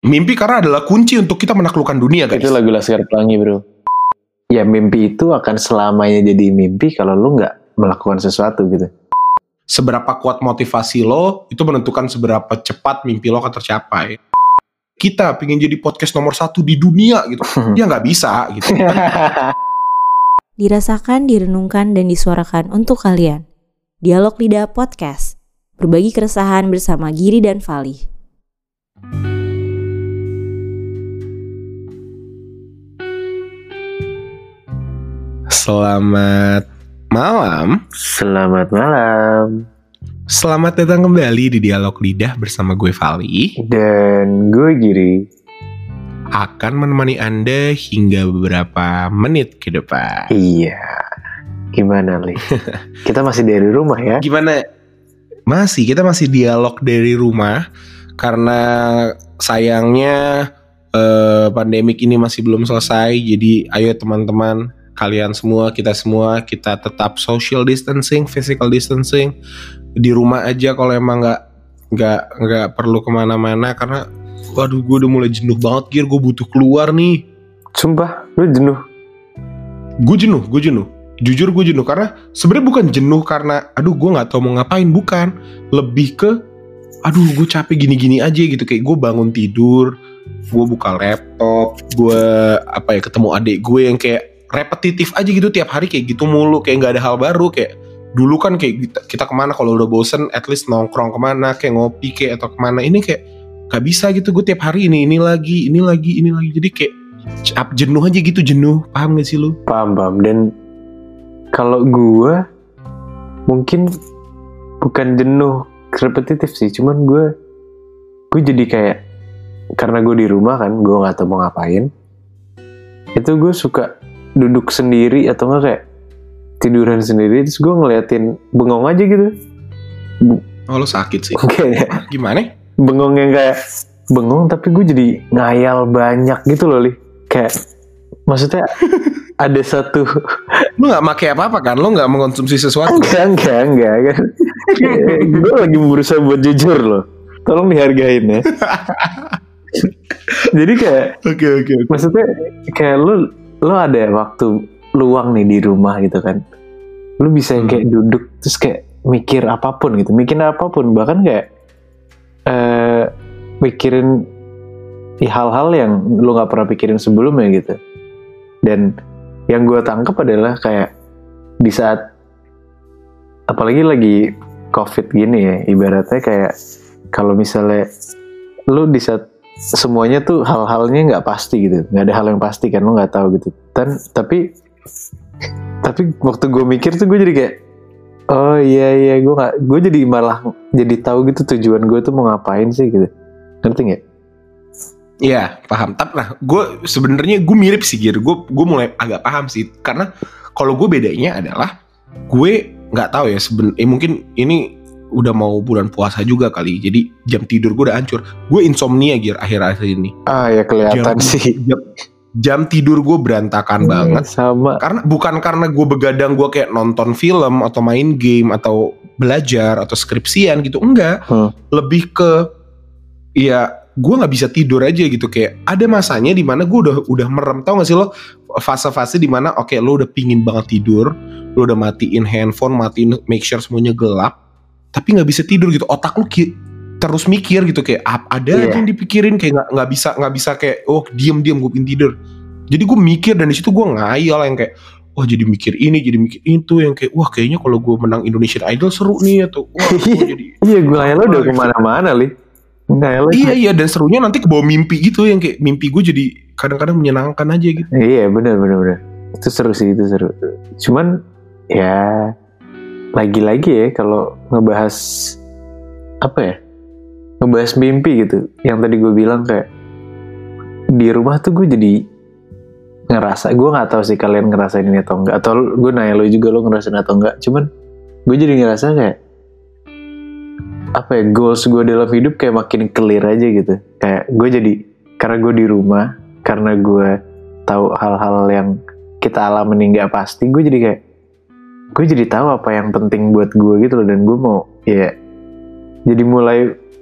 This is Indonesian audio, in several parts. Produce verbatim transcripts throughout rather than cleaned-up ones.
Mimpi karena adalah kunci untuk kita menaklukkan dunia, guys. Itu lagu Laskar Pelangi, bro. Ya mimpi itu akan selamanya jadi mimpi kalau lu nggak melakukan sesuatu gitu. Seberapa kuat motivasi lo, itu menentukan seberapa cepat mimpi lo akan tercapai. Kita pengen jadi podcast nomor satu di dunia gitu, ya nggak bisa gitu. Dirasakan, direnungkan, dan disuarakan untuk kalian. Dialog Lidah Podcast. Berbagi keresahan bersama Giri dan Fali. Selamat malam. Selamat malam. Selamat datang kembali di Dialog Lidah bersama gue Fali. Dan gue Giri. Akan menemani Anda hingga beberapa menit ke depan. Iya. Gimana, Li? Kita masih dari rumah ya? Gimana? Masih, kita masih dialog dari rumah. Karena sayangnya eh, pandemik ini masih belum selesai. Jadi ayo teman-teman, kalian semua, kita semua, kita tetap social distancing, physical distancing. Di rumah aja kalau emang gak, gak, gak perlu kemana-mana. Karena waduh, gue udah mulai jenuh banget, Gir. Gue butuh keluar nih. Sumpah, lu jenuh? Gue jenuh, gue jenuh. Jujur gue jenuh. Karena sebenarnya bukan jenuh karena aduh gue gak tahu mau ngapain. Bukan. Lebih ke aduh gue capek gini-gini aja gitu. Kayak gue bangun tidur, gue buka laptop, gue apa ya ketemu adik gue yang kayak repetitif aja gitu. Tiap hari kayak gitu mulu. Kayak gak ada hal baru. Kayak dulu kan kayak kita, kita kemana kalau udah bosen at least nongkrong kemana, kayak ngopi kayak atau kemana. Ini kayak gak bisa gitu, gue tiap hari ini ini lagi ini lagi ini lagi jadi kayak jenuh aja gitu. Jenuh, paham gak sih lu? Paham, paham. Dan kalau gue mungkin bukan jenuh repetitif sih, cuman gue gue jadi kayak karena gue di rumah kan, gue nggak tahu mau ngapain. Itu gue suka duduk sendiri atau nggak kayak tiduran sendiri, terus gue ngeliatin bengong aja gitu. Oh lo sakit sih? Kayak gimana? Bengong yang kayak bengong tapi gue jadi ngayal banyak gitu loh, Li. Kayak maksudnya ada satu. Lu gak pakai apa-apa kan? Lu gak mengkonsumsi sesuatu? Enggak, enggak, enggak kan. Gue lagi berusaha buat jujur loh. Tolong dihargain ya. Jadi kayak Oke okay, oke okay, okay. Maksudnya kayak lu Lu ada waktu luang nih di rumah gitu kan. Lu bisa hmm. kayak duduk terus kayak mikir apapun gitu. Mikir apapun. Bahkan kayak uh, mikirin ya, hal-hal yang lu gak pernah pikirin sebelumnya gitu. Dan yang gue tangkap adalah kayak di saat apalagi lagi COVID gini ya, ibaratnya kayak kalau misalnya lu di saat semuanya tuh hal-halnya nggak pasti gitu, nggak ada hal yang pasti kan, lu nggak tahu gitu. Dan tapi tapi waktu gue mikir tuh gue jadi kayak oh iya iya gue nggak gue jadi malah jadi tahu gitu tujuan gue tuh mau ngapain sih gitu, ngerti nggak? Iya paham. Tapi nah gue sebenarnya gue mirip sih Gir. Gue gue mulai agak paham sih. Karena kalau gue bedanya adalah gue nggak tahu ya seben. Eh mungkin ini udah mau bulan puasa juga kali. Jadi jam tidur gue udah hancur. Gue insomnia Gir akhir-akhir ini. Ah ya kelihatan jam, sih. Jam, jam tidur gue berantakan hmm, banget. Sama. Karena bukan karena gue begadang gue kayak nonton film atau main game atau belajar atau skripsian gitu. Enggak. Hmm. Lebih ke ya gue nggak bisa tidur aja gitu. Kayak ada masanya di mana gue udah udah merem. Tau gak sih lo fase-fase di mana oke okay, lo udah pingin banget tidur, lo udah matiin handphone, matiin make sure semuanya gelap, tapi nggak bisa tidur gitu. Otak lo ki- terus mikir gitu kayak ada yeah. aja yang dipikirin, kayak nggak nggak bisa nggak bisa kayak oh diem diem gue pingin tidur. Jadi gue mikir dan di situ gue ngayal yang kayak wah jadi mikir ini jadi mikir itu yang kayak wah kayaknya kalau gue menang Indonesian Idol seru nih atau wah gue jadi iya gue ngayal udah kemana-mana Li. Nggak, iya iya dan serunya nanti ke bawah mimpi gitu yang kayak mimpi gue jadi kadang-kadang menyenangkan aja gitu. Iya benar benar benar. Itu seru sih, itu seru. Cuman ya lagi-lagi ya kalau ngebahas apa ya? Ngebahas mimpi gitu. Yang tadi gue bilang kayak di rumah tuh gue jadi ngerasa, gue nggak tahu sih kalian ngerasain ini atau enggak, atau gue nanya lo juga lo ngerasain atau enggak. Cuman gue jadi ngerasa kayak apa ya, goals gue dalam hidup kayak makin clear aja gitu. Kayak gue jadi, karena gue di rumah, karena gue tahu hal-hal yang kita alamin gak pasti, gue jadi kayak gue jadi tahu apa yang penting buat gue gitu loh. Dan gue mau ya jadi mulai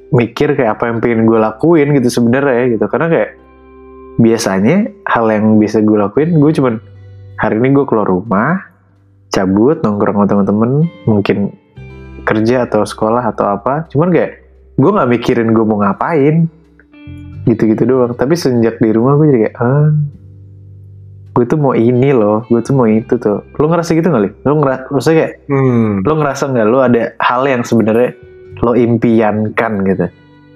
mikir kayak apa yang pengen gue lakuin gitu sebenarnya gitu. Karena kayak biasanya hal yang bisa gue lakuin, gue cuman hari ini gue keluar rumah, cabut, nongkrong sama temen-temen, mungkin kerja atau sekolah atau apa. Cuman kayak gue nggak mikirin gue mau ngapain, gitu-gitu doang. Tapi sejak di rumah gue jadi kayak, ah, gue tuh mau ini loh, gue tuh mau itu tuh. Lo ngerasa gitu nggak, Li? Lo ngerasa, maksudnya kayak, hmm. lo ngerasa nggak lo ada hal yang sebenarnya lo impiankan gitu?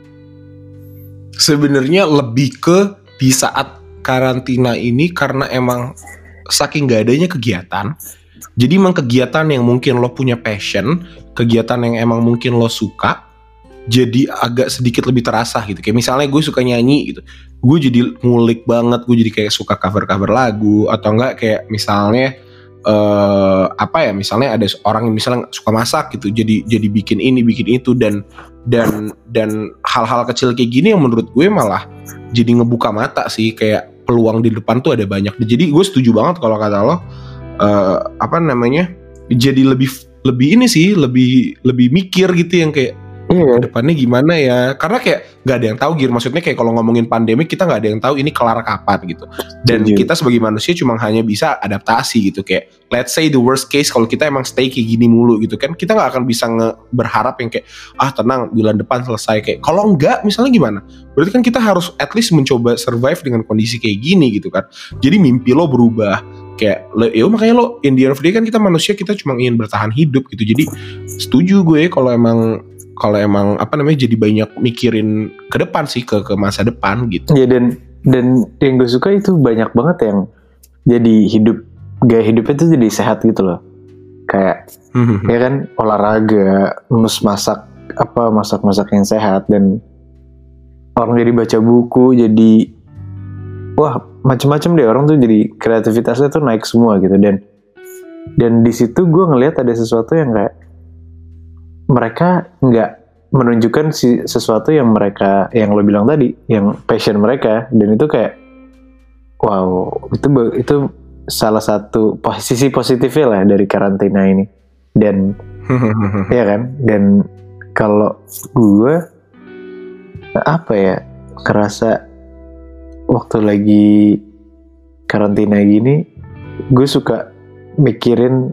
Sebenarnya lebih ke di saat karantina ini karena emang saking gak adanya kegiatan. Jadi emang kegiatan yang mungkin lo punya passion, kegiatan yang emang mungkin lo suka, jadi agak sedikit lebih terasa gitu. Kayak misalnya gue suka nyanyi gitu, gue jadi ngulik banget, gue jadi kayak suka cover-cover lagu. Atau enggak kayak misalnya uh, apa ya, misalnya ada orang yang misalnya suka masak gitu, jadi jadi bikin ini bikin itu. Dan dan dan hal-hal kecil kayak gini yang menurut gue malah jadi ngebuka mata sih, kayak peluang di depan tuh ada banyak. Jadi gue setuju banget kalau kata lo, uh, apa namanya, jadi lebih lebih ini sih, lebih lebih mikir gitu yang kayak, iya, kedepannya gimana ya? Karena kayak nggak ada yang tahu, Gir. Maksudnya kayak kalau ngomongin pandemi, kita nggak ada yang tahu ini kelar kapan gitu. Dan Jujur. kita sebagai manusia cuma hanya bisa adaptasi gitu. Kayak let's say the worst case, kalau kita emang stay kayak gini mulu gitu kan, kita nggak akan bisa nge- berharap yang kayak ah tenang bulan depan selesai. Kayak kalau enggak, misalnya gimana? Berarti kan kita harus at least mencoba survive dengan kondisi kayak gini gitu kan. Jadi mimpi lo berubah. Kayak, ya makanya lo in the end of the day kan kita manusia, kita cuma ingin bertahan hidup gitu. Jadi setuju gue kalau emang kalau emang apa namanya jadi banyak mikirin ke depan sih, ke ke masa depan gitu. Iya, dan dan yang gue suka itu banyak banget yang jadi hidup, gaya hidupnya tuh jadi sehat gitu loh. Kayak ya kan olahraga, mus masak apa masak-masak yang sehat, dan orang jadi baca buku, jadi wah macam-macam deh, orang tuh jadi kreativitasnya tuh naik semua gitu. Dan dan di situ gue ngelihat ada sesuatu yang kayak mereka nggak menunjukkan si, sesuatu yang mereka, yang lo bilang tadi, yang passion mereka. Dan itu kayak wow, itu itu salah satu posisi positifnya lah dari karantina ini. Dan ya kan, dan kalau gue apa ya, kerasa waktu lagi karantina gini, gue suka mikirin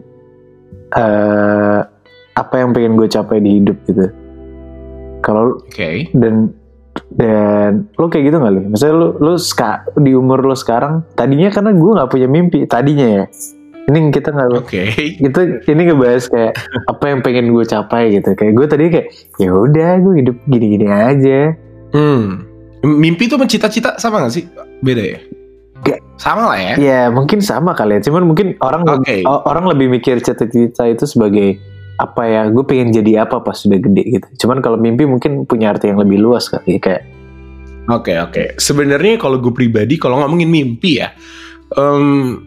uh, apa yang pengen gue capai di hidup gitu. Kalau okay. dan dan lo kayak gitu nggak, Li? Misalnya lo lo ska, di umur lo sekarang, tadinya karena gue nggak punya mimpi tadinya ya. Ini kita nggak, okay. itu ini ngebahas kayak apa yang pengen gue capai gitu. Kayak gue tadi kayak ya udah gue hidup gini-gini aja. Hmm. Mimpi tuh cita-cita sama nggak sih? Beda ya? Gak. Sama lah ya. Ya mungkin sama kali ya. Cuman mungkin orang okay. lebih, orang lebih mikir cita-cita itu sebagai apa ya, gue pengen jadi apa pas sudah gede gitu. Cuman kalau mimpi mungkin punya arti yang lebih luas kali kayak. Oke okay, oke. Okay. Sebenarnya kalau gue pribadi, kalau ngomongin mimpi ya, um,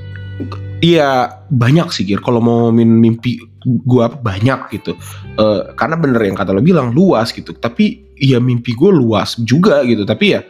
ya banyak sih, Gir. Kalau mau ngomongin mimpi gue banyak gitu. Uh, karena bener yang kata lo bilang luas gitu. Tapi ya mimpi gue luas juga gitu. Tapi ya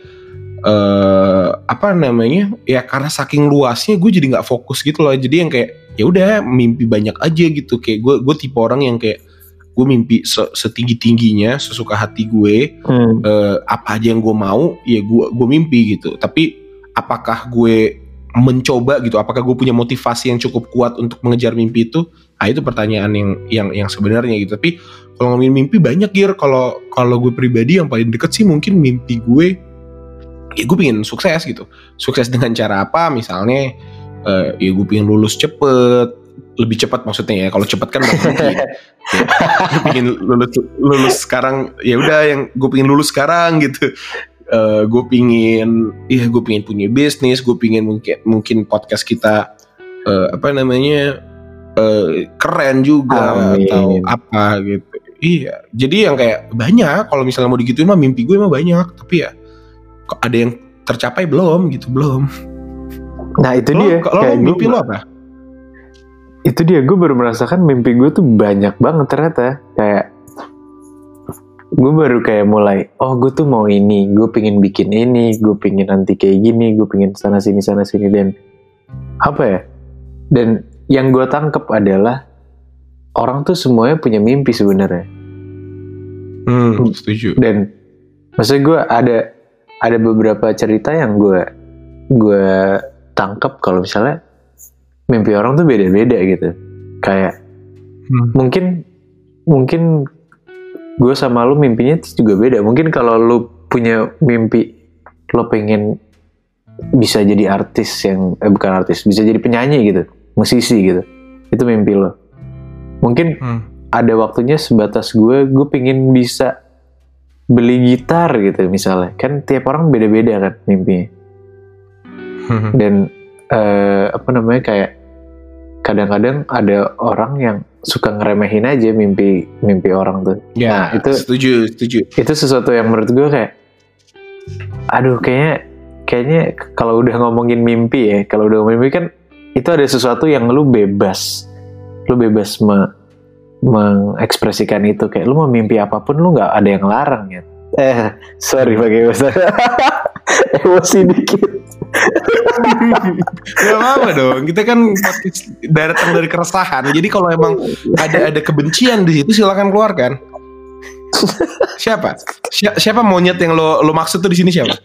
uh, apa namanya? Ya karena saking luasnya gue jadi nggak fokus gitu loh. Jadi yang kayak ya udah mimpi banyak aja gitu. Kayak gue gue tipe orang yang kayak gue mimpi setinggi tingginya, sesuka hati gue. Hmm. Uh, apa aja yang gue mau ya gue gue mimpi gitu. Tapi apakah gue mencoba gitu, apakah gue punya motivasi yang cukup kuat untuk mengejar mimpi itu? Ah itu pertanyaan yang yang yang sebenarnya gitu. Tapi kalau ngomongin mimpi banyak, Gir. Kalau kalau gue pribadi yang paling deket sih mungkin mimpi gue, ya gue pengen sukses gitu. Sukses dengan cara apa? Misalnya uh, ya gue pengen lulus cepet, lebih cepat maksudnya ya. Kalau cepet kan nggak mungkin. Ya, gue pengen lulus lulus sekarang. Ya udah, yang gue pengen lulus sekarang gitu. Uh, gue pingin, iya gue pingin punya bisnis, gue pingin mungkin mungkin podcast kita uh, apa namanya uh, keren juga. Amin. Atau apa gitu. Iya, jadi yang kayak banyak. Kalau misalnya mau digituin mah mimpi gue mah banyak, tapi ya kok ada yang tercapai belum gitu, belum. Nah itu lo, dia. Kalau mimpi gue, lo apa? Itu dia, gue baru merasakan mimpi gue tuh banyak banget ternyata. Kayak gue baru kayak mulai, oh gue tuh mau ini, gue pengen bikin ini, gue pengen nanti kayak gini, gue pengen sana sini sana sini. Dan apa ya, dan yang gue tangkep adalah orang tuh semuanya punya mimpi sebenarnya. Hmm, setuju. Dan maksudnya gue ada ada beberapa cerita yang gue gue tangkap kalau misalnya mimpi orang tuh beda-beda gitu. Kayak hmm. mungkin mungkin gue sama lu mimpinya juga beda. Mungkin kalau lu punya mimpi lo pengen bisa jadi artis yang eh bukan artis, bisa jadi penyanyi gitu, musisi gitu. Itu mimpi lo. Mungkin hmm. ada waktunya sebatas gue, gue pengen bisa beli gitar gitu misalnya. Kan tiap orang beda-beda kan mimpinya. Hmm. Dan uh, apa namanya kayak kadang-kadang ada orang yang suka ngeremehin aja mimpi mimpi orang tuh. Ya, nah, itu setuju, setuju. Itu sesuatu yang menurut gue kayak, aduh kayaknya kayaknya kalau udah ngomongin mimpi ya, kalau udah ngomongin mimpi kan itu ada sesuatu yang lu bebas, lu bebas me, mengekspresikan itu. Kayak lu mau mimpi apapun lu nggak ada yang larang ya. Eh sorry pakai bahasa emosi dikit. Gak apa-apa dong, kita kan datang dari keresahan. Jadi kalau emang ada ada kebencian di situ silakan keluarkan. Siapa? Si- siapa monyet yang lo lo maksud tuh di sini siapa?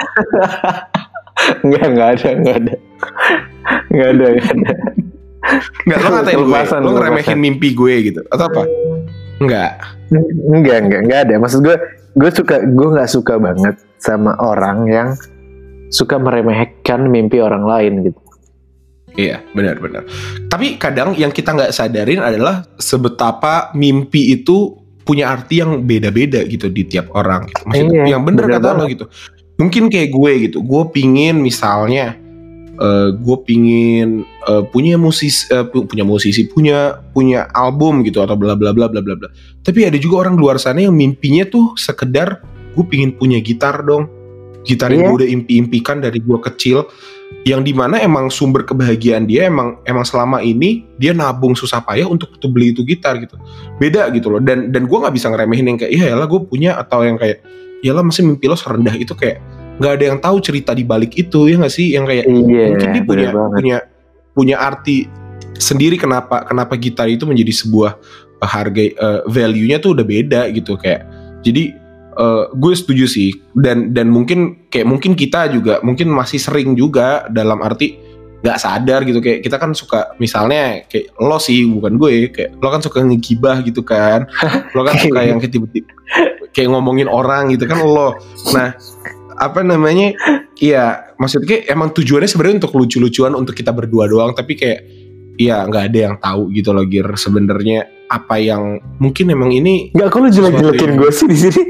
Enggak, enggak ada, enggak ada. Enggak ada, enggak ada. Enggak, lo ngatain gue, lo ngeremehin mimpi gue gitu atau apa? Enggak. Enggak, enggak, enggak ada. Maksud gue, gue suka gue enggak suka banget sama orang yang suka meremehkan mimpi orang lain gitu. Iya, benar-benar. Tapi kadang yang kita nggak sadarin adalah sebetapa mimpi itu punya arti yang beda-beda gitu di tiap orang. Gitu. Maksudnya iya, yang benar kata lo gitu. Mungkin kayak gue gitu, gue pingin misalnya, uh, gue pingin uh, punya musisi, uh, punya musisi, punya punya album gitu atau bla bla bla bla bla bla. Tapi ada juga orang luar sana yang mimpinya tuh sekedar gue pingin punya gitar dong. Gitar yang yeah. gue udah impi-impikan dari gue kecil, yang dimana emang sumber kebahagiaan dia emang emang selama ini dia nabung susah payah untuk beli itu gitar gitu, beda gitu loh. Dan dan gue nggak bisa ngeremehin yang kayak iya lah gue punya, atau yang kayak ya lah masih mimpi lo serendah itu, kayak nggak ada yang tahu cerita di balik itu ya nggak sih, yang kayak yeah, mungkin dia punya punya punya arti sendiri kenapa kenapa gitar itu menjadi sebuah uh, harga uh, value-nya tuh udah beda gitu. Kayak jadi Uh, gue setuju sih, dan dan mungkin kayak mungkin kita juga mungkin masih sering juga dalam arti nggak sadar gitu, kayak kita kan suka misalnya kayak lo sih bukan gue, kayak lo kan suka ngegibah gitu kan, lo kan suka yang kayak tiba-tiba kayak ngomongin orang gitu kan lo. Nah apa namanya, iya maksudnya kayak emang tujuannya sebenarnya untuk lucu-lucuan untuk kita berdua doang, tapi kayak iya nggak ada yang tahu gitu loh Gir sebenarnya apa yang mungkin emang ini. Nggak, kok lu jelek-jelekin gue sih di sini.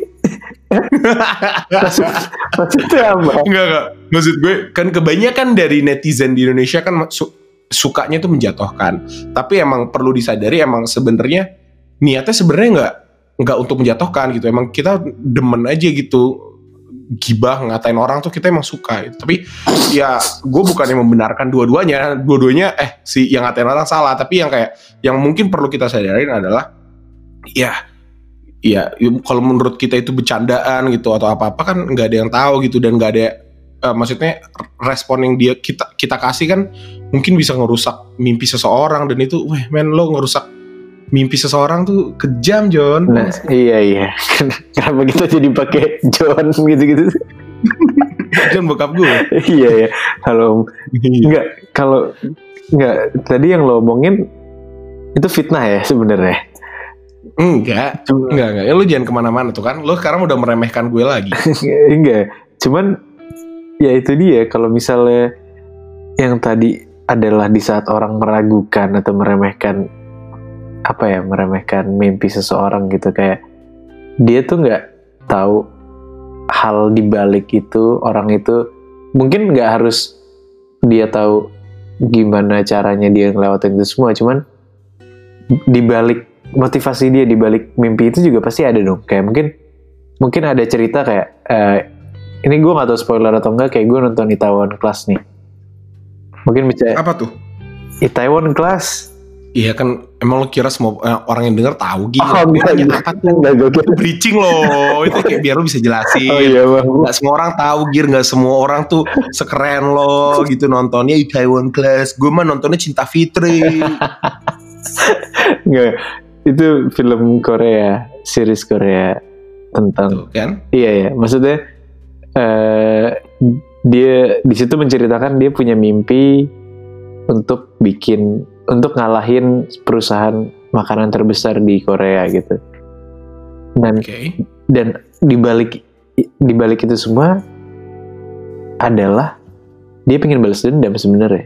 Maksud, maksudnya apa? Enggak, enggak. Maksud gue kan kebanyakan dari netizen di Indonesia kan su- sukanya tuh menjatuhkan. Tapi emang perlu disadari emang sebenarnya niatnya sebenarnya enggak enggak untuk menjatuhkan gitu. Emang kita demen aja gitu gibah ngatain orang tuh kita emang suka gitu. Tapi ya gue bukan yang membenarkan dua-duanya. Dua-duanya eh si yang ngatain orang salah, tapi yang kayak yang mungkin perlu kita sadarin adalah ya Iya, kalau menurut kita itu bercandaan gitu atau apa-apa kan nggak ada yang tahu gitu, dan nggak ada uh, maksudnya respon yang dia kita kita kasih kan mungkin bisa ngerusak mimpi seseorang, dan itu, weh men lo ngerusak mimpi seseorang tuh kejam John. Nah iya iya, kenapa kita jadi pakai John gitu-gitu? John bokap gue. Iya ya, kalau nggak kalau nggak tadi yang lo omongin itu fitnah ya sebenarnya. Enggak, Cuma, enggak, enggak. Ya lu jangan kemana-mana tuh kan. Lu sekarang udah meremehkan gue lagi. Enggak, cuman ya itu dia. Kalau misalnya yang tadi adalah di saat orang meragukan atau meremehkan apa ya, meremehkan mimpi seseorang gitu, kayak dia tuh nggak tahu hal di balik itu, orang itu mungkin nggak harus dia tahu gimana caranya dia ngelewatin itu semua, cuman di balik motivasi dia di balik mimpi itu juga pasti ada dong. Kayak mungkin mungkin ada cerita kayak uh, ini gue nggak tahu spoiler atau enggak, kayak gue nonton Itaewon Class nih. Mungkin bisa. Apa tuh? Itaewon Class. Iya kan, emang lo kira semua uh, orang yang denger tahu gitu? Oh, enggak, enggak, apa tuh? Enggak, enggak, breaching loh, itu kayak biar lo bisa jelasin. Oh iya bang. Gak semua orang tahu Gir, gak semua orang tuh sekeren lo gitu nontonnya Itaewon Class. Gue mah nontonnya Cinta Fitri. Enggak. Itu film Korea, series Korea. tentang Tuh, kan? iya ya, maksudnya uh, dia di situ menceritakan dia punya mimpi untuk bikin untuk ngalahin perusahaan makanan terbesar di Korea gitu. Dan Okay. dan dibalik dibalik itu semua adalah dia pengen balas dendam sebenarnya.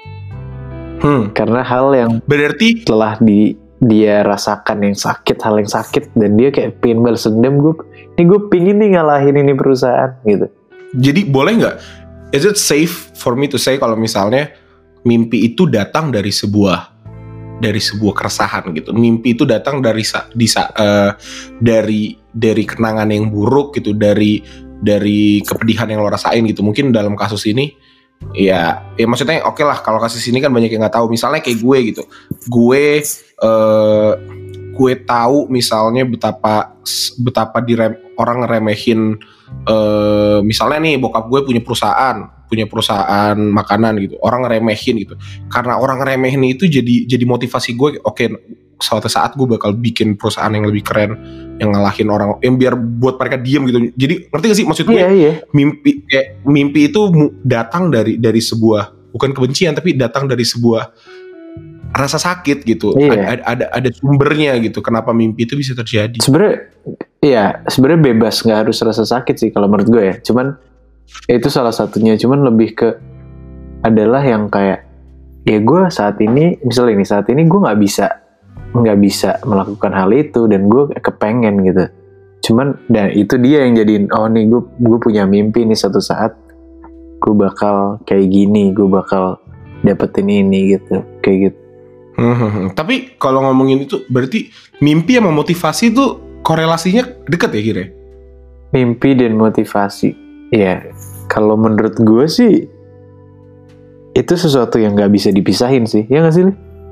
Hmm. Karena hal yang Berarti telah di dia rasakan yang sakit, hal yang sakit, dan dia kayak pengen balas dendam. Gue ini gue pingin nih ngalahin ini perusahaan gitu. jadi boleh nggak? Is it safe for me to say kalau misalnya mimpi itu datang dari sebuah dari sebuah keresahan gitu. Mimpi itu datang dari sa, di sa, uh, dari dari kenangan yang buruk gitu, dari dari kepedihan yang lo rasain gitu. Mungkin dalam kasus ini ya, ya maksudnya oke okay lah kalau kasus ini kan banyak yang nggak tahu. Misalnya kayak gue gitu, gue uh, gue tahu misalnya betapa betapa direm, orang ngeremehin uh, misalnya nih bokap gue punya perusahaan punya perusahaan makanan gitu, orang ngeremehin gitu. Karena orang ngeremehin itu jadi jadi motivasi gue, oke okay, suatu saat gue bakal bikin perusahaan yang lebih keren, yang ngalahin orang, yang biar buat mereka diem gitu. Jadi ngerti gak sih maksud gue? Iya, iya. Mimpi kayak mimpi itu datang dari dari sebuah bukan kebencian tapi datang dari sebuah rasa sakit gitu. Iya. Ada, ada ada sumbernya gitu. Kenapa mimpi itu bisa terjadi? Sebenarnya iya, sebenarnya bebas, nggak harus rasa sakit sih kalau menurut gue ya. Cuman ya itu salah satunya. Cuman lebih ke adalah yang kayak ya gue saat ini misalnya ini saat ini gue nggak bisa nggak bisa melakukan hal itu dan gue kepengen gitu. Cuman dan itu dia yang jadiin oh nih gue gue punya mimpi nih suatu saat gue bakal kayak gini, gue bakal dapetin ini gitu, kayak gitu. Hmm, tapi kalau ngomongin itu berarti mimpi sama motivasi itu korelasinya deket ya kira? Mimpi dan motivasi, ya kalau menurut gue sih itu sesuatu yang nggak bisa dipisahin sih, ya nggak sih?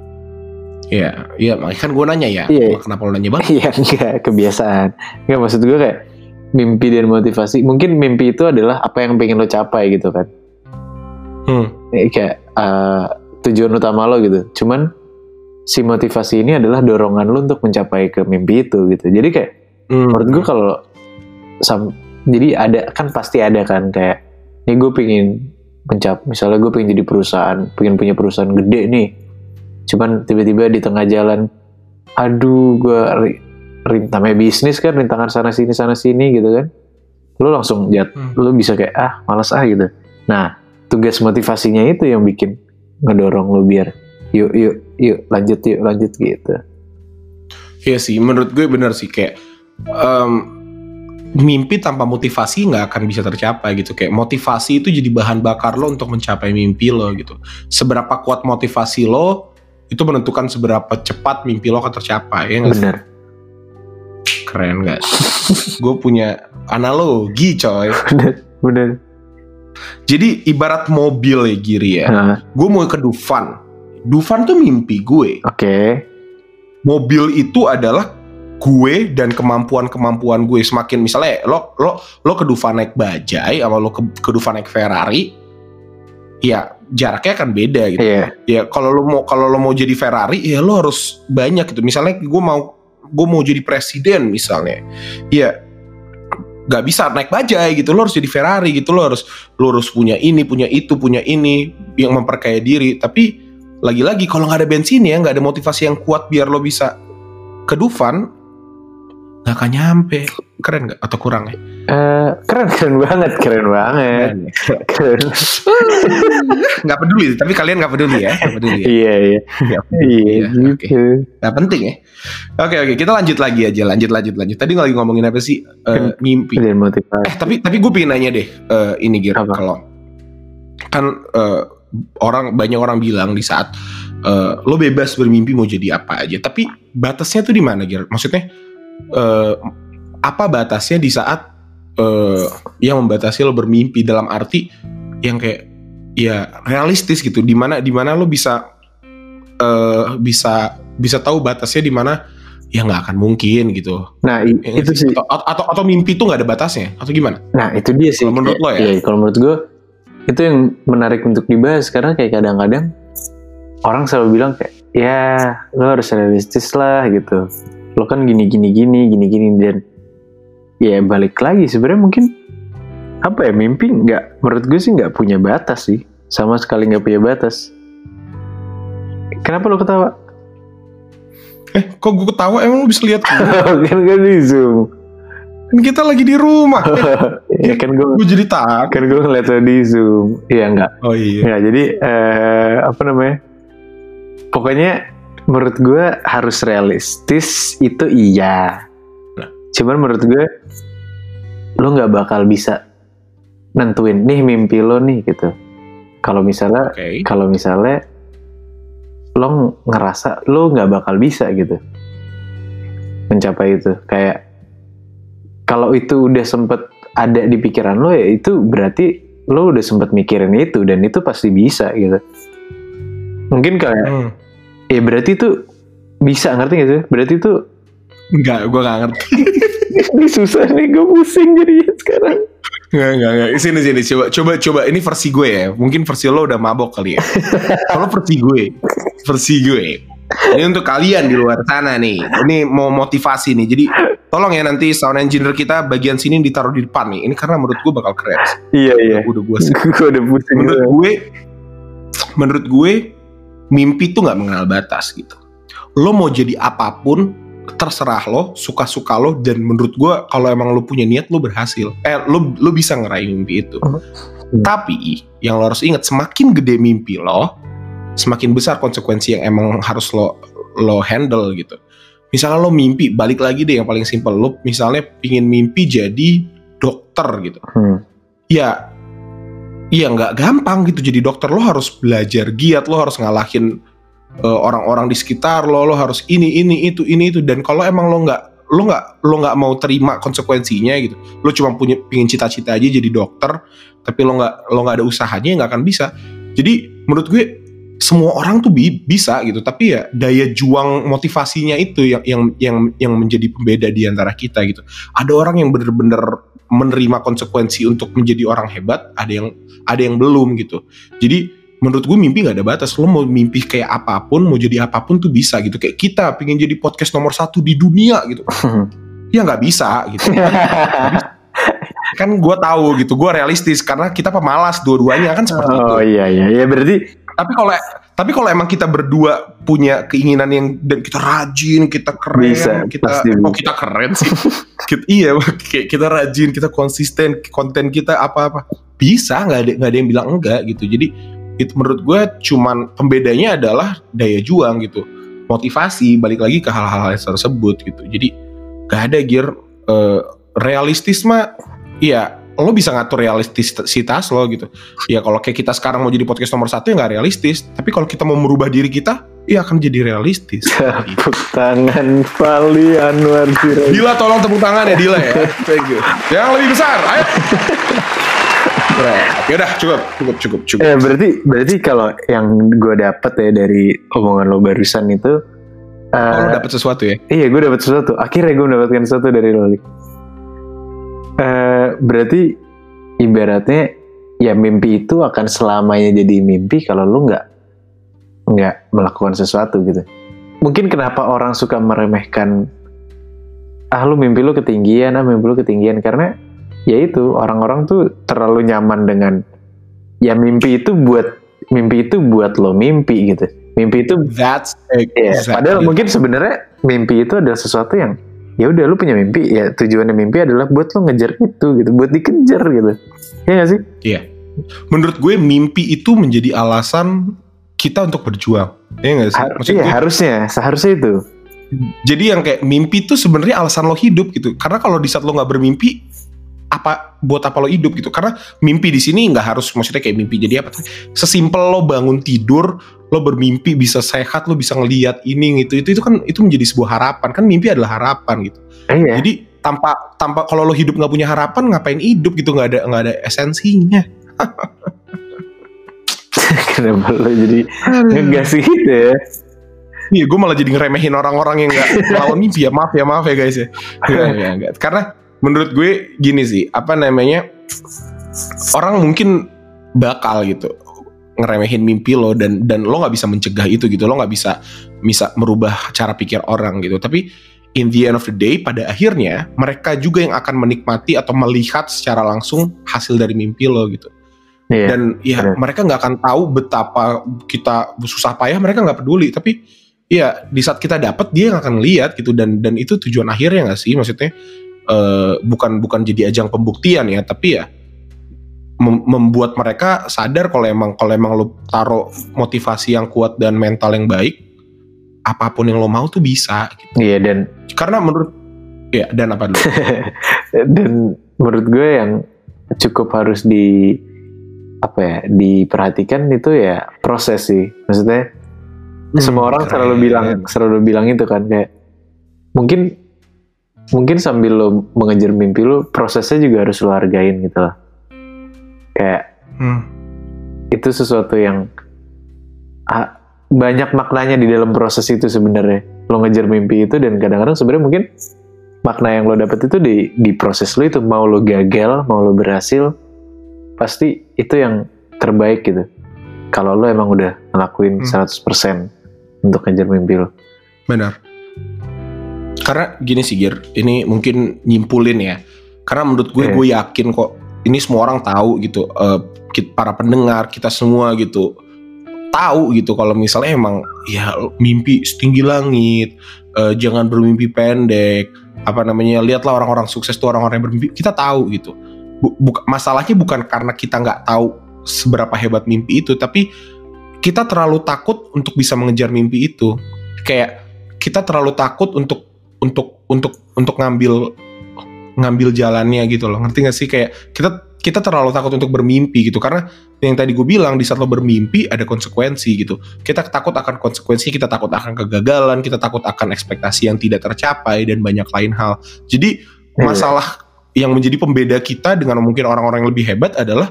Iya, iya makanya kan gue nanya ya, Iya. Kenapa lo nanya banget? Iya enggak, kebiasaan. Enggak, maksud gue kayak mimpi dan motivasi. Mungkin mimpi itu adalah apa yang pengen lo capai gitu kan. Hmm. Kayak uh, tujuan utama lo gitu. Cuman si motivasi ini adalah dorongan lo untuk mencapai ke mimpi itu gitu. Jadi kayak Hmm. menurut gue kalau sam, jadi ada kan pasti ada kan kayak ini gue pengen mencap, misalnya gue pengen jadi perusahaan, pengen punya perusahaan gede nih. Cuman tiba-tiba di tengah jalan, aduh gue rintangan bisnis kan, rintangan sana sini sana sini gitu kan, lo langsung jat, Hmm. lo bisa kayak ah malas ah gitu. Nah tugas motivasinya itu yang bikin ngedorong lo biar yuk yuk yuk lanjut yuk lanjut gitu. Iya sih, menurut gue bener sih kayak um, mimpi tanpa motivasi nggak akan bisa tercapai gitu. Kayak motivasi itu jadi bahan bakar lo untuk mencapai mimpi lo gitu. Seberapa kuat motivasi lo itu menentukan seberapa cepat mimpi lo akan tercapai, ya nggak sih? Bener. Keren gak? Gue punya analogi coy. Bener bener. Jadi ibarat mobil ya Giri ya. Nah, Gue mau ke Dufan. Dufan tuh mimpi gue. oke. Okay. Mobil itu adalah gue dan kemampuan-kemampuan gue. Semakin misalnya lo lo lo ke Dufan naik bajai sama lo ke, ke Dufan naik Ferrari, ya jaraknya akan beda gitu. Iya. Ya kalau lo mau kalau lo mau jadi Ferrari, ya lo harus banyak gitu. Misalnya gue mau gue mau jadi presiden misalnya, ya nggak bisa naik bajai gitu. Lo harus jadi Ferrari gitu. Lo harus lo harus punya ini, punya itu, punya ini yang memperkaya diri. Tapi lagi-lagi kalau nggak ada bensinnya, nggak ada motivasi yang kuat biar lo bisa ke Dufan, nggak akan nyampe. Keren nggak atau kurang ya? Uh, keren keren banget, keren banget. Keren. Nggak peduli, tapi kalian nggak peduli ya? Nggak peduli ya? Iya iya. Nggak Iya ya, gitu. Nggak penting ya. Oke oke, kita lanjut lagi aja, lanjut lanjut lanjut. Tadi lagi ngomongin apa sih? Uh, mimpi. Dan motivasi. Eh tapi tapi gue pengen nanya deh, uh, ini Gir, Apa? kalau kan uh, orang banyak orang bilang di saat uh, lo bebas bermimpi mau jadi apa aja, tapi batasnya tuh di mana Gir? Maksudnya uh, apa batasnya di saat uh, yang membatasi lo bermimpi dalam arti yang kayak ya realistis gitu, di mana di mana lo bisa uh, bisa bisa tahu batasnya di mana ya nggak akan mungkin gitu. Nah i- Ya, itu sih. atau, atau atau mimpi itu nggak ada batasnya atau gimana? Nah itu dia sih. Kalau menurut lo ya? Iya, kalau menurut gue itu yang menarik untuk dibahas karena kayak kadang-kadang orang selalu bilang kayak ya lo harus realistis lah gitu. Lo kan gini gini gini gini gini dan ya balik lagi sebenarnya mungkin apa ya, mimpi nggak, menurut gue sih nggak punya batas sih, sama sekali nggak punya batas. Kenapa lo ketawa? Eh, kok gue ketawa? Emang lo bisa lihat? Kan gak di zoom. Kan kita lagi di rumah. Ya kan gue, gue jadi takut. kan gue ngeliat lo di zoom. Iya enggak? Oh iya. Nggak, jadi eh, apa namanya? Pokoknya menurut gue harus realistis itu iya. Nah. Cuman menurut gue lo nggak bakal bisa nentuin nih mimpi lo nih gitu. Kalau misalnya, Okay. kalau misalnya lo ngerasa lo nggak bakal bisa gitu mencapai itu, kayak kalau itu udah sempet ada di pikiran lo, ya itu berarti lo udah sempet mikirin itu dan itu pasti bisa gitu. Mungkin kayak Hmm. ya berarti itu bisa, ngerti gak sih? Berarti itu Enggak, gue gak ngerti. ini susah nih, gue pusing jadinya sekarang. Enggak, enggak, enggak. Sini, sini. Coba, coba, coba. Ini versi gue ya. Mungkin versi lo udah mabok kali ya. Kalau versi gue, versi gue. Ini untuk kalian di luar sana nih. Ini mau motivasi nih. Jadi tolong ya nanti sound engineer kita bagian sini ditaruh di depan nih. Ini karena menurut gue bakal keren. Iya, iya. Udah gue Gue udah pusing. Menurut gue, menurut gue mimpi tuh nggak mengenal batas gitu. Lo mau jadi apapun, terserah lo, suka-suka lo, dan menurut gue kalau emang lo punya niat lo berhasil. Eh, lo lo bisa ngeraih mimpi itu. Hmm. Tapi yang lo harus ingat, semakin gede mimpi lo, semakin besar konsekuensi yang emang harus lo lo handle gitu. Misalnya lo mimpi, balik lagi deh yang paling simpel, lo misalnya pingin mimpi jadi dokter gitu. Hmm. Ya, iya nggak gampang gitu jadi dokter. Lo harus belajar giat, lo harus ngalahin uh, orang-orang di sekitar lo, lo harus ini ini itu ini itu. Dan kalau emang lo nggak lo nggak lo nggak mau terima konsekuensinya gitu, lo cuma punya pingin cita-cita aja jadi dokter, tapi lo nggak lo nggak ada usahanya, nggak akan bisa. Jadi menurut gue semua orang tuh bi- bisa gitu, tapi ya daya juang motivasinya itu yang yang yang yang menjadi pembeda di antara kita gitu. Ada orang yang bener-bener menerima konsekuensi untuk menjadi orang hebat, ada yang ada yang belum gitu. Jadi menurut gue mimpi nggak ada batas. Lo mau mimpi kayak apapun, mau jadi apapun tuh bisa gitu. Kayak kita pengen jadi podcast nomor satu di dunia gitu, ya nggak bisa gitu. Kan gue tahu gitu, gue realistis karena kita pemalas dua-duanya kan seperti oh, itu. Oh iya iya, ya berarti. Tapi kalau tapi kalau emang kita berdua punya keinginan yang dan kita rajin, kita keren, Bisa, kita pasti oh bisa. kita keren sih. kita, iya, kayak kita rajin, kita konsisten, konten kita apa-apa bisa, nggak ada nggak ada yang bilang enggak gitu. Jadi itu menurut gue cuman pembedanya adalah daya juang gitu, motivasi, balik lagi ke hal-hal tersebut gitu. Jadi nggak ada gear uh, realistis mah, iya. Lo bisa ngatur realistisitas lo gitu. Ya kalau kayak kita sekarang mau jadi podcast nomor satu ya nggak realistis. Tapi kalau kita mau merubah diri kita, ya akan jadi realistis. Tepuk tangan Fali Anwar Sirait. Dila tolong tepuk tangan ya Dila ya. Thank you. Yang lebih besar, ayo. Ya udah cukup, cukup, cukup, cukup. Eh berarti berarti kalau yang gue dapet ya dari omongan lo barusan itu, Oh, uh, lo dapet sesuatu ya? iya gue dapet sesuatu. Akhirnya gue mendapatkan sesuatu dari lo. Uh, berarti ibaratnya ya mimpi itu akan selamanya jadi mimpi kalau lu nggak nggak melakukan sesuatu gitu. Mungkin kenapa orang suka meremehkan, ah lu mimpi lu ketinggian, ah mimpi lu ketinggian, karena ya itu orang-orang tuh terlalu nyaman dengan ya mimpi itu buat mimpi itu buat lo mimpi gitu. Mimpi itu That's yeah, exactly. padahal mungkin sebenarnya mimpi itu adalah sesuatu yang ya udah lu punya mimpi, ya tujuannya mimpi adalah buat lu ngejar itu gitu, buat dikejar gitu. Ya nggak sih? Iya. Menurut gue mimpi itu menjadi alasan kita untuk berjuang. Ya nggak sih? Har- Maksud iya gue, harusnya, seharusnya itu. jadi yang kayak mimpi itu sebenarnya alasan lo hidup gitu. Karena kalau di saat lo nggak bermimpi, apa buat apa lo hidup gitu? Karena mimpi di sini nggak harus maksudnya kayak mimpi jadi apa? Sesimpel lo bangun tidur, lo bermimpi bisa sehat, lo bisa ngelihat ini gitu, itu itu kan itu menjadi sebuah harapan. Kan mimpi adalah harapan gitu. Eh, iya. Jadi tanpa tanpa kalau lo hidup nggak punya harapan, ngapain hidup gitu? Nggak ada nggak ada esensinya. Kenapa lo jadi ngegas gitu ya? Iya, gue malah jadi ngeremehin orang-orang yang nggak melawan mimpi ya. Maaf ya, maaf ya guys ya. Nggak, nggak, nggak. Karena menurut gue gini sih, apa namanya, orang mungkin bakal gitu ngeremehin mimpi lo dan dan lo nggak bisa mencegah itu gitu, lo nggak bisa bisa merubah cara pikir orang gitu. Tapi in the end of the day, pada akhirnya mereka juga yang akan menikmati atau melihat secara langsung hasil dari mimpi lo gitu. Yeah, dan ya bener. Mereka nggak akan tahu betapa kita susah payah, mereka nggak peduli. Tapi ya di saat kita dapat, dia yang akan lihat gitu. Dan dan itu tujuan akhirnya nggak sih? Maksudnya uh, bukan bukan jadi ajang pembuktian ya, tapi ya mem- membuat mereka sadar kalau emang kalau emang lo taruh motivasi yang kuat dan mental yang baik, apapun yang lo mau tuh bisa gitu. Iya, dan karena menurut ya dan apa dulu? Dan menurut gue yang cukup harus di apa ya diperhatikan itu ya proses sih. Maksudnya hmm, semua orang keren. selalu bilang selalu bilang itu kan, kayak mungkin mungkin sambil lo mengejar mimpi lo, prosesnya juga harus lo hargain gitu loh. Kayak hmm. itu sesuatu yang ah, banyak maknanya di dalam proses itu sebenarnya. Lo ngejar mimpi itu, dan kadang-kadang sebenarnya mungkin makna yang lo dapet itu di di proses lo itu. Mau lo gagal, mau lo berhasil, pasti itu yang terbaik gitu. Kalau lo emang udah ngelakuin hmm. seratus persen untuk ngejar mimpi lo. Benar. Karena gini sih Gir, ini mungkin nyimpulin ya. Karena menurut gue, yeah. gue yakin kok ini semua orang tahu gitu. Uh, para pendengar kita semua gitu tahu gitu kalau misalnya emang ya mimpi setinggi langit, uh, jangan bermimpi pendek. Apa namanya? Lihatlah orang-orang sukses tuh orang-orang yang bermimpi. Kita tahu gitu. Buk, masalahnya bukan karena kita nggak tahu seberapa hebat mimpi itu, tapi kita terlalu takut untuk bisa mengejar mimpi itu. Kayak kita terlalu takut untuk untuk untuk untuk ngambil ngambil jalannya gitu loh. Ngerti nggak sih? Kayak kita kita terlalu takut untuk bermimpi gitu, karena yang tadi gue bilang, di saat lo bermimpi ada konsekuensi gitu. Kita takut akan konsekuensi, kita takut akan kegagalan, kita takut akan ekspektasi yang tidak tercapai dan banyak lain hal. Jadi masalah yang menjadi pembeda kita dengan mungkin orang-orang yang lebih hebat adalah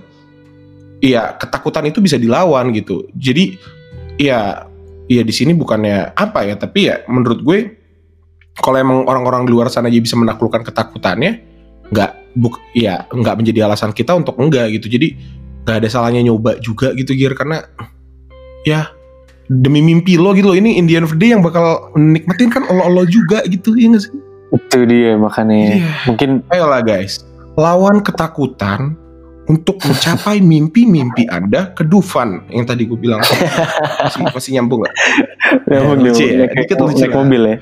ya ketakutan itu bisa dilawan gitu. Jadi ya ya di sini bukannya apa ya, tapi ya menurut gue kalau emang orang-orang di luar sana aja bisa menaklukkan ketakutannya, nggak buk ya nggak menjadi alasan kita untuk enggak gitu. Jadi nggak ada salahnya nyoba juga gitu Gir, karena ya demi mimpi lo gitu loh. Ini in the end of the day yang bakal nikmatin kan lo-lo juga gitu, ya nggak sih? Itu dia makanya yeah. Mungkin ayolah guys, lawan ketakutan untuk mencapai mimpi-mimpi Anda ke Dufan yang tadi gue bilang. masih, masih nyambung nggak? Nyambung ya, lucu ya, dikit lucu naik mobil ya.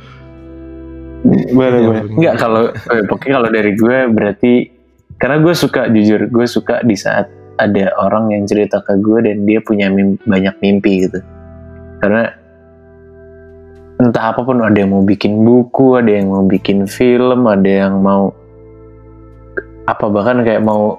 Boleh boleh. Enggak, kalau pokoknya kalau dari gue berarti karena gue suka, jujur gue suka di saat ada orang yang cerita ke gue dan dia punya mimpi, banyak mimpi gitu. Karena entah apapun, ada yang mau bikin buku, ada yang mau bikin film, ada yang mau apa, bahkan kayak mau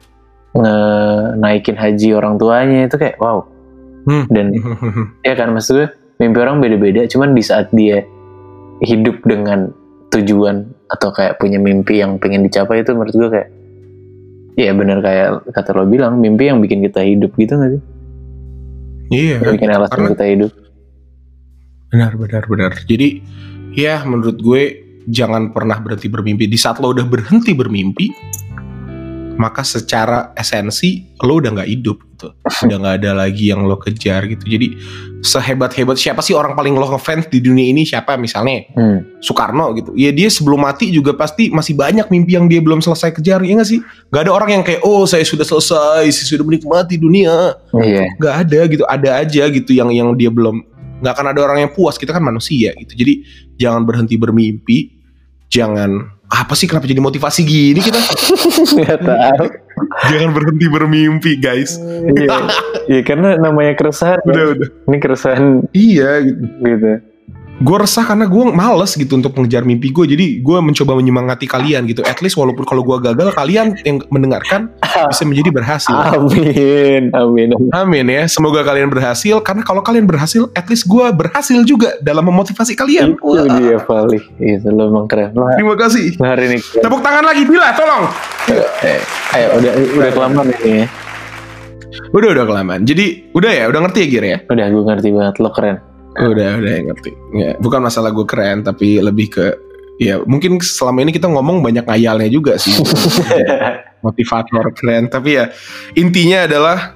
nge-naikin haji orang tuanya, itu kayak wow. Hmm. Dan ya kan maksud gue, mimpi orang beda-beda, cuman di saat dia hidup dengan tujuan atau kayak punya mimpi yang pengen dicapai, itu menurut gue kayak ya benar kayak kata lo bilang, mimpi yang bikin kita hidup gitu gak sih? Iya. Yang bikin alasan karena kita hidup. Benar, benar, benar. Jadi ya menurut gue jangan pernah berhenti bermimpi. Di saat lo udah berhenti bermimpi, maka secara esensi lo udah gak hidup gitu. Udah gak ada lagi yang lo kejar gitu. Jadi sehebat-hebat, siapa sih orang paling lo ngefans di dunia ini? Siapa misalnya? Hmm. Soekarno gitu. Ya dia sebelum mati juga pasti masih banyak mimpi yang dia belum selesai kejar, ya gak sih? Gak ada orang yang kayak, oh saya sudah selesai, saya sudah menikmati dunia. Iya. Gak ada gitu. Ada aja gitu yang yang dia belum. Gak akan ada orang yang puas, kita kan manusia gitu. Jadi jangan berhenti bermimpi. Jangan, apa sih kenapa jadi motivasi gini kita? Gak tahu. Jangan berhenti bermimpi guys. Iya, ya, karena namanya keresahan. Udah, ya. udah. Ini keresahan. Iya gitu. Gitu. Gue resah karena gue males gitu untuk mengejar mimpi gue. Jadi gue mencoba menyemangati kalian gitu. At least walaupun kalau gue gagal, kalian yang mendengarkan bisa menjadi berhasil. Amin, amin, amin ya. Semoga kalian berhasil. Karena kalau kalian berhasil, at least gue berhasil juga dalam memotivasi kalian. Itu Wah. dia Fali. Itu lo emang keren. Wah. Terima kasih. Nah, hari ini keren. Tepuk tangan lagi Bila, tolong. Eh, ayo udah udah kelamaan ini ya. Udah udah kelamaan. Jadi udah ya, udah ngerti ya Gir ya. Udah, gue ngerti banget, lo keren. Udah, udah ngerti. Ya, bukan masalah gue keren, tapi lebih ke ya mungkin selama ini kita ngomong banyak ngayalnya juga sih. Motivator keren, tapi ya intinya adalah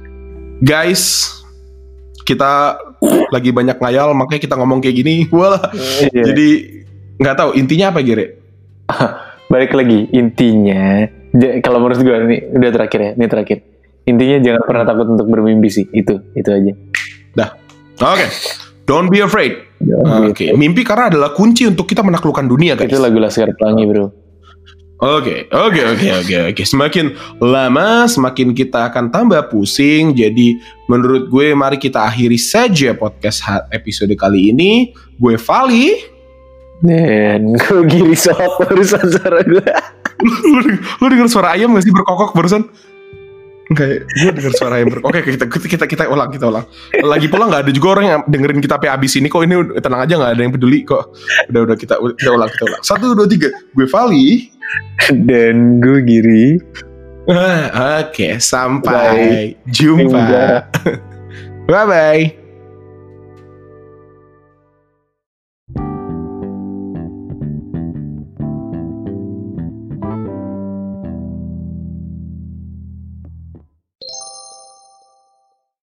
guys, kita lagi banyak ngayal, makanya kita ngomong kayak gini. Walah. Iya. Jadi Nggak tahu intinya apa Gire? Balik lagi, intinya j- kalau menurut gue nih udah terakhir ya, ini terakhir. Intinya jangan pernah takut untuk bermimpi sih, itu itu aja. Dah, oke. Okay. Don't be afraid. Oke, okay. Mimpi karena adalah kunci untuk kita menaklukkan dunia, guys. Itu lagu Laskar Pelangi, bro. Oke, oke, oke, oke, oke. Semakin lama, semakin kita akan tambah pusing. Jadi, menurut gue, mari kita akhiri saja podcast episode kali ini. Gue Vali. Dan gue Giri Sob barusan suara gue. lu, lu denger suara ayam gak sih berkokok barusan? Enggak, gue denger suara ayam berkokok. Oke, kita, kita kita ulang, kita ulang. Lagi pula nggak ada juga orang yang dengerin kita sampai abis ini kok. Ini tenang aja, nggak ada yang peduli kok. Udah udah kita kita ulang, kita ulang. Satu, dua, tiga. Gue Vali. Dan gue Giri. Oke, sampai Bye. Jumpa. Bye bye.